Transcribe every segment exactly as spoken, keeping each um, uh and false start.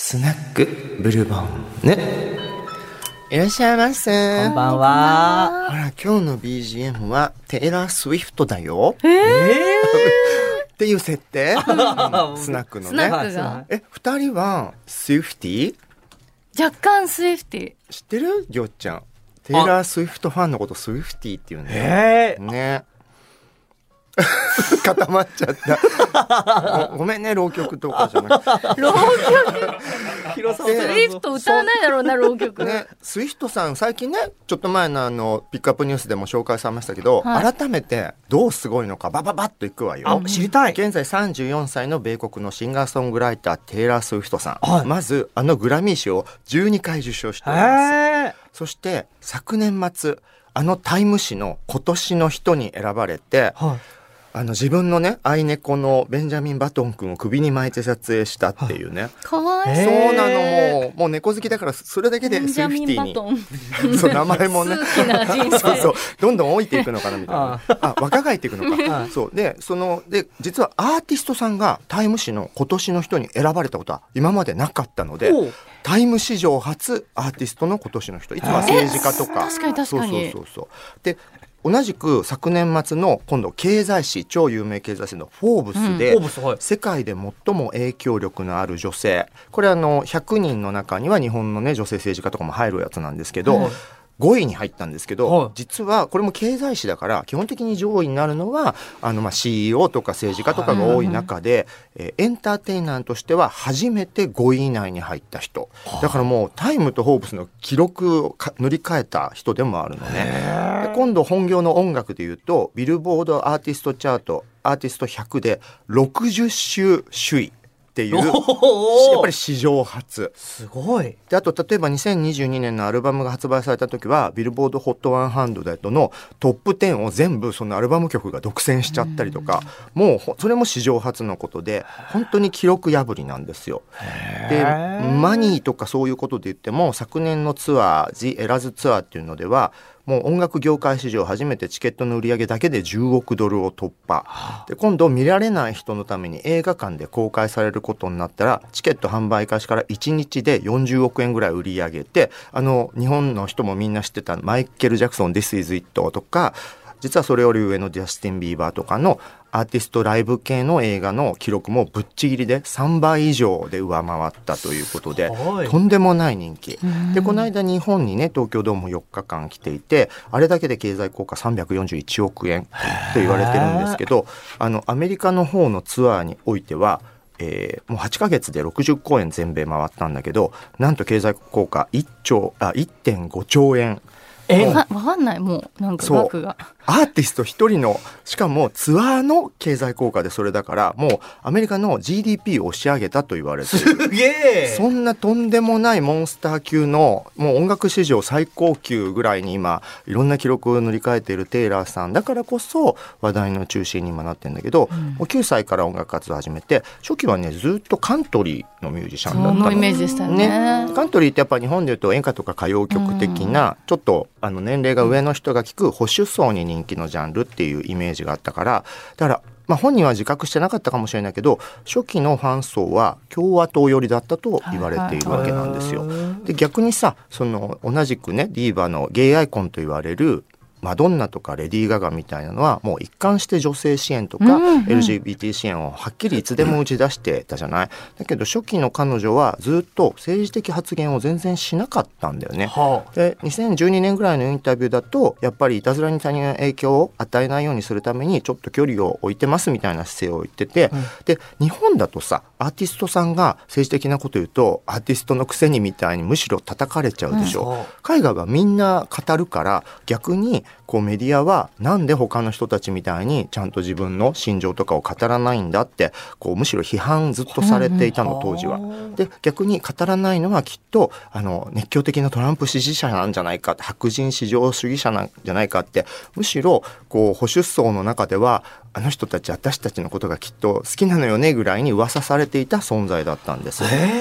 スナックブルボンヌ、いらっしゃいませ。 こんばんは。 ほら、今日の ビージーエム はテイラー・スウィフトだよ。 えー、 っていう設定スナックのね。 スナックがえ、二人はスイフティ若干スイフティ知ってる？りょうちゃん。テイラー・スウィフトファンのことスイフティっていうんだよ。 えー、 ね。固まっちゃったご。ごめんね、浪曲とかじゃなくて。 浪曲広さスイフト歌わないだろうな、浪曲、 ね、スイフトさん最近ね、ちょっと前のあのピックアップニュースでも紹介されましたけど、はい、改めてどうすごいのかバババッといくわよ。 あ、知りたい。 現在さんじゅうよんさいの米国のシンガーソングライターテイラー・スウィフトさん、 はい、 まずあのグラミー賞をじゅうにかい受賞しております。そして昨年末あのタイム誌の今年の人に選ばれて、はい、あの自分のね愛猫のベンジャミン・バトン君を首に巻いて撮影したっていうね。 かわいい。 そうなの。もうもう猫好きだからそれだけでスイフティにそう名前もねそうそうどんどん老いていくのかなみたいな。ああ若返っていくのかそうでそので実はアーティストさんがタイム誌の今年の人に選ばれたことは今までなかったので、タイム史上初アーティストの今年の人。いつもは政治家とか確かに確かにそうそうそうそうで同じく昨年末の今度経済誌、超有名経済誌のフォーブスで、うん、世界で最も影響力のある女性、これあのひゃくにんの中には日本のね女性政治家とかも入るやつなんですけど、うん、ごいに入ったんですけど、はい、実はこれも経済誌だから基本的に上位になるのはあのまあ シーイーオー とか政治家とかが多い中で、はい、えー、エンターテイナーとしては初めてごい以内に入った人だから、もうタイムとフォーブスの記録を塗り替えた人でもあるのね。で今度本業の音楽でいうとビルボードアーティストチャートアーティストひゃくでろくじゅっ週首位っていうやっぱり史上初。 すごい。 であと例えばにせんにじゅうにねんのアルバムが発売された時はビルボードホットひゃくのトップじゅうを全部そのアルバム曲が独占しちゃったりとか、うもうそれも史上初のことで本当に記録破りなんですよ。でマニーとかそういうことで言っても昨年のツアー The Eras ツアーっていうのではもう音楽業界史上初めてチケットの売り上げだけでじゅうおくドルを突破で、今度見られない人のために映画館で公開されることになったらチケット販売開始からいちにちでよんじゅうおくえんぐらい売り上げて、あの日本の人もみんな知ってたマイケル・ジャクソン This is It とか、実はそれより上のジャスティン・ビーバーとかのアーティストライブ系の映画の記録もぶっちぎりでさんばい以上で上回ったということで、とんでもない人気で、この間日本にね東京ドームよっかかん来ていて、あれだけで経済効果さんびゃくよんじゅういちおくえんと言われてるんですけど、あのアメリカの方のツアーにおいてはえー、もうはちかげつでろくじゅっこうえん全米回ったんだけど、なんと経済効果いっちょうあ いってんごちょうえん。 えわかんないもうなんか額がアーティスト一人のしかもツアーの経済効果でそれだからもうアメリカの ジーディーピー を押し上げたと言われている。 すげえ。 そんなとんでもないモンスター級のもう音楽史上最高級ぐらいに今いろんな記録を塗り替えているテイラーさんだからこそ話題の中心に今なってるんだけど、うん、もうきゅうさいから音楽活動を始めて初期はねずっとカントリーのミュージシャンだったの。 そのイメージでしたよ ね, ね。カントリーってやっぱ日本でいうと演歌とか歌謡曲的な、うん、ちょっとあの年齢が上の人が聴く保守層に人気のジャンルっていうイメージがあったから、だからまあ本人は自覚してなかったかもしれないけど初期のファン層は共和党寄りだったと言われているわけなんですよ。で逆にさその同じくねディーバのゲイアイコンと言われるマドンナとかレディー・ガガみたいなのはもう一貫して女性支援とか エルジービーティー 支援をはっきりいつでも打ち出してたじゃない。だけど初期の彼女はずっと政治的発言を全然しなかったんだよね。でにせんじゅうにねんぐらいのインタビューだとやっぱりいたずらに他人への影響を与えないようにするためにちょっと距離を置いてますみたいな姿勢を言ってて、うん、で日本だとさアーティストさんが政治的なこと言うとアーティストのくせにみたいにむしろ叩かれちゃうでしょ、うん、海外はみんな語るから逆にこうメディアはなんで他の人たちみたいにちゃんと自分の心情とかを語らないんだってこうむしろ批判ずっとされていたの当時は。で逆に語らないのはきっとあの熱狂的なトランプ支持者なんじゃないか、白人至上主義者なんじゃないかって、むしろこう保守層の中ではあの人たち私たちのことがきっと好きなのよねぐらいに噂されていた存在だったんです。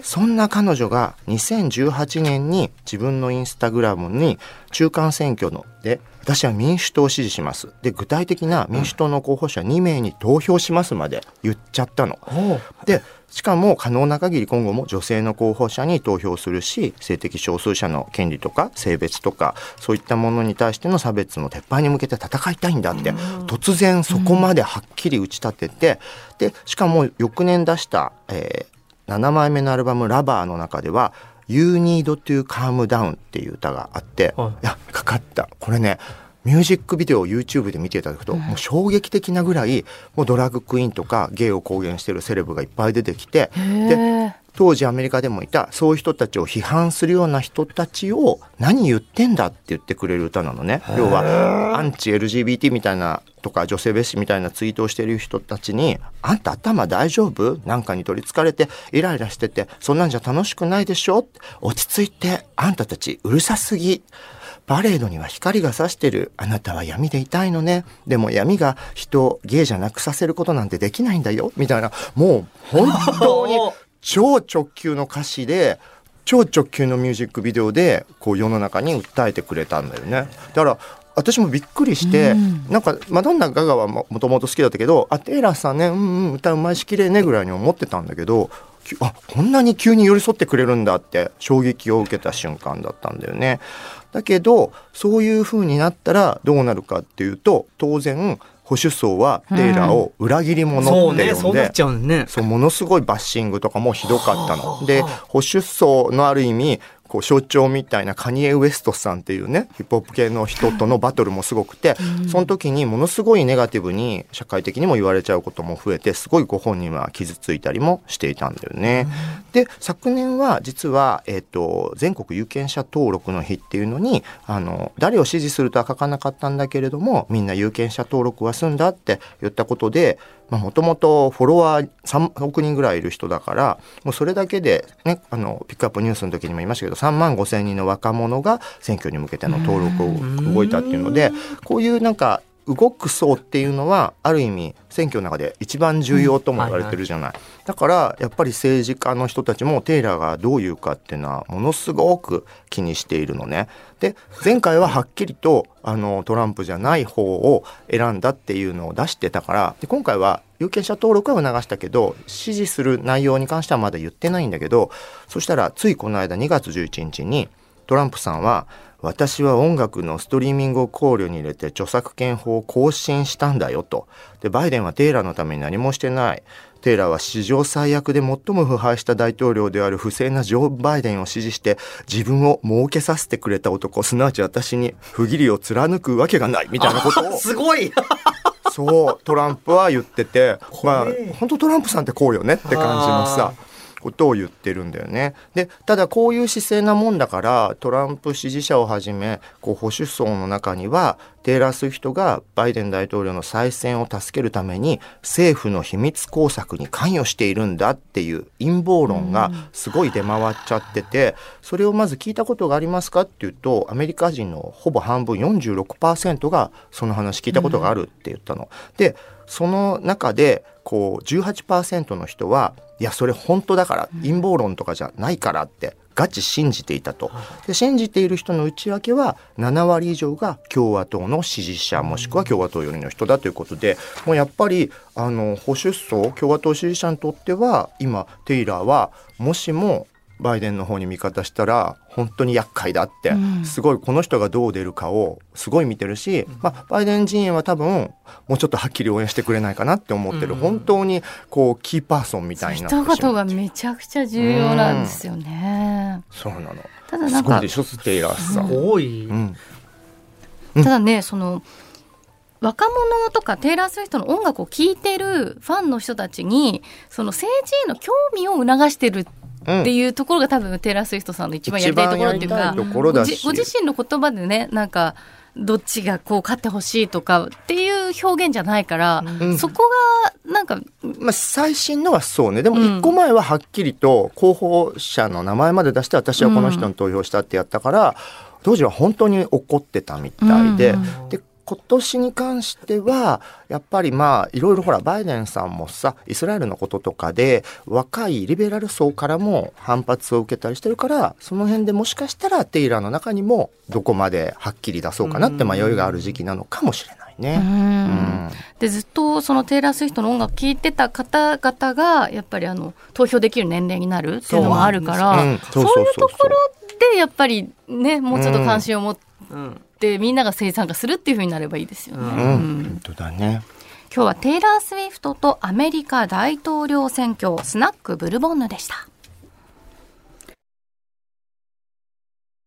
そんな彼女がにせんじゅうはちねんに自分のインスタグラムに中間選挙ので私は民主党を支持しますで具体的な民主党の候補者にめいに投票しますまで言っちゃったの。でしかも可能な限り今後も女性の候補者に投票するし性的少数者の権利とか性別とかそういったものに対しての差別の撤廃に向けて戦いたいんだって突然そこまではっきり打ち立ててでしかも翌年出した、えー、ななまいめのアルバムラバーの中ではYou Need to Calm Down っていう歌があって、はい、いやかかったこれねミュージックビデオを YouTube で見ていただくと、うん、もう衝撃的なぐらいもうドラッグクイーンとかゲイを公言しているセレブがいっぱい出てきてで当時アメリカでもいたそういう人たちを批判するような人たちを何言ってんだって言ってくれる歌なのね。要はアンチ エルジービーティー みたいなとか女性蔑視みたいなツイートをしている人たちにあんた頭大丈夫なんかに取りつかれてイライラしててそんなんじゃ楽しくないでしょ落ち着いてあんたたちうるさすぎパレードには光が差してるあなたは闇でいたいのねでも闇が人をゲイじゃなくさせることなんてできないんだよみたいなもう本当に超直球の歌詞で超直球のミュージックビデオでこう世の中に訴えてくれたんだよね。だから私もびっくりして、うん、なんかマドンナガガはもともと好きだったけどあテイラーさんね、うんうん、歌うまいし綺麗ねぐらいに思ってたんだけどあこんなに急に寄り添ってくれるんだって衝撃を受けた瞬間だったんだよね。だけどそういう風になったらどうなるかっていうと当然保守層はテイラーを裏切り者って呼んで、うん、そうね、そうなっちゃうね。そうものすごいバッシングとかもひどかったので保守層のある意味こう象徴みたいなカニエ・ウエストさんっていうねヒップホップ系の人とのバトルもすごくて、うん、その時にものすごいネガティブに社会的にも言われちゃうことも増えてすごいご本人は傷ついたりもしていたんだよね、うん、で昨年は実は、えーと、全国有権者登録の日っていうのにあの誰を支持するとは書かなかったんだけれどもみんな有権者登録は済んだって言ったことでもともとフォロワーさんおくにんぐらいいる人だからもうそれだけで、ね、あのピックアップニュースの時にも言いましたけどさんまんごせんにんの若者が選挙に向けての登録を動いたっていうのでこういうなんか動く層っていうのはある意味選挙の中で一番重要とも言われてるじゃない、うんはいはい、だからやっぱり政治家の人たちもテイラーがどういうかっていうのはものすごく気にしているのね。で前回ははっきりとあのトランプじゃない方を選んだっていうのを出してたからで今回は有権者登録は促したけど支持する内容に関してはまだ言ってないんだけどそしたらついこの間にがつじゅういちにちにトランプさんは私は音楽のストリーミングを考慮に入れて著作権法を更新したんだよと。でバイデンはテイラーのために何もしてない。テイラーは史上最悪で最も腐敗した大統領である不正なジョー・バイデンを支持して自分を儲けさせてくれた男すなわち私に不義理を貫くわけがないみたいなことをすごいそうトランプは言っててまあ本当トランプさんってこうよねって感じのさことを言ってるんだよね。でただこういう姿勢なもんだからトランプ支持者をはじめこう保守層の中にはテイラー・スウィフトがバイデン大統領の再選を助けるために政府の秘密工作に関与しているんだっていう陰謀論がすごい出回っちゃっててそれをまず聞いたことがありますかっていうとアメリカ人のほぼ半分 よんじゅうろくパーセント がその話聞いたことがあるって言ったの。でその中でこう じゅうはちパーセント の人はいやそれ本当だから陰謀論とかじゃないからってガチ信じていたと。で信じている人の内訳はななわり以上が共和党の支持者もしくは共和党寄りの人だということでもうやっぱりあの保守層共和党支持者にとっては今テイラーはもしもバイデンの方に味方したら本当に厄介だって、うん、すごいこの人がどう出るかをすごい見てるし、まあ、バイデン陣営は多分もうちょっとはっきり応援してくれないかなって思ってる、うん、本当にこうキーパーソンみたいになってしまう一言がめちゃくちゃ重要なんですよね、 うん、そうなの。 ただなんかすごいでしょテイラーさん、 多い、 うんただねその若者とかテイラー・スウィフトの音楽を聴いてるファンの人たちにその政治への興味を促してるっていうところが多分テイラー・スウィフトさんの一番やりたいところっていうかご, ご自身の言葉でねなんかどっちがこう勝ってほしいとかっていう表現じゃないから、うん、そこがなんか、 まあ、最新のはそうねでもいっこまえははっきりと候補者の名前まで出して私はこの人に投票したってやったから、うん、当時は本当に怒ってたみたいで、うん、で今年に関してはやっぱりまあいろいろほらバイデンさんもさイスラエルのこととかで若いリベラル層からも反発を受けたりしてるから、その辺でもしかしたらテイラーの中にもどこまではっきり出そうかなって迷いがある時期なのかもしれないね。 うんうんでずっとそのテイラー・スウィフトの音楽聴いてた方々がやっぱりあの投票できる年齢になるっていうのもあるから、そういうところでやっぱりねもうちょっと関心を持って、うんでみんなが正参加するっていう風になればいいですよね。うん、 うん、本当だね。 今日はテイラー・スウィフトとアメリカ大統領選挙スナックブルボンヌでした。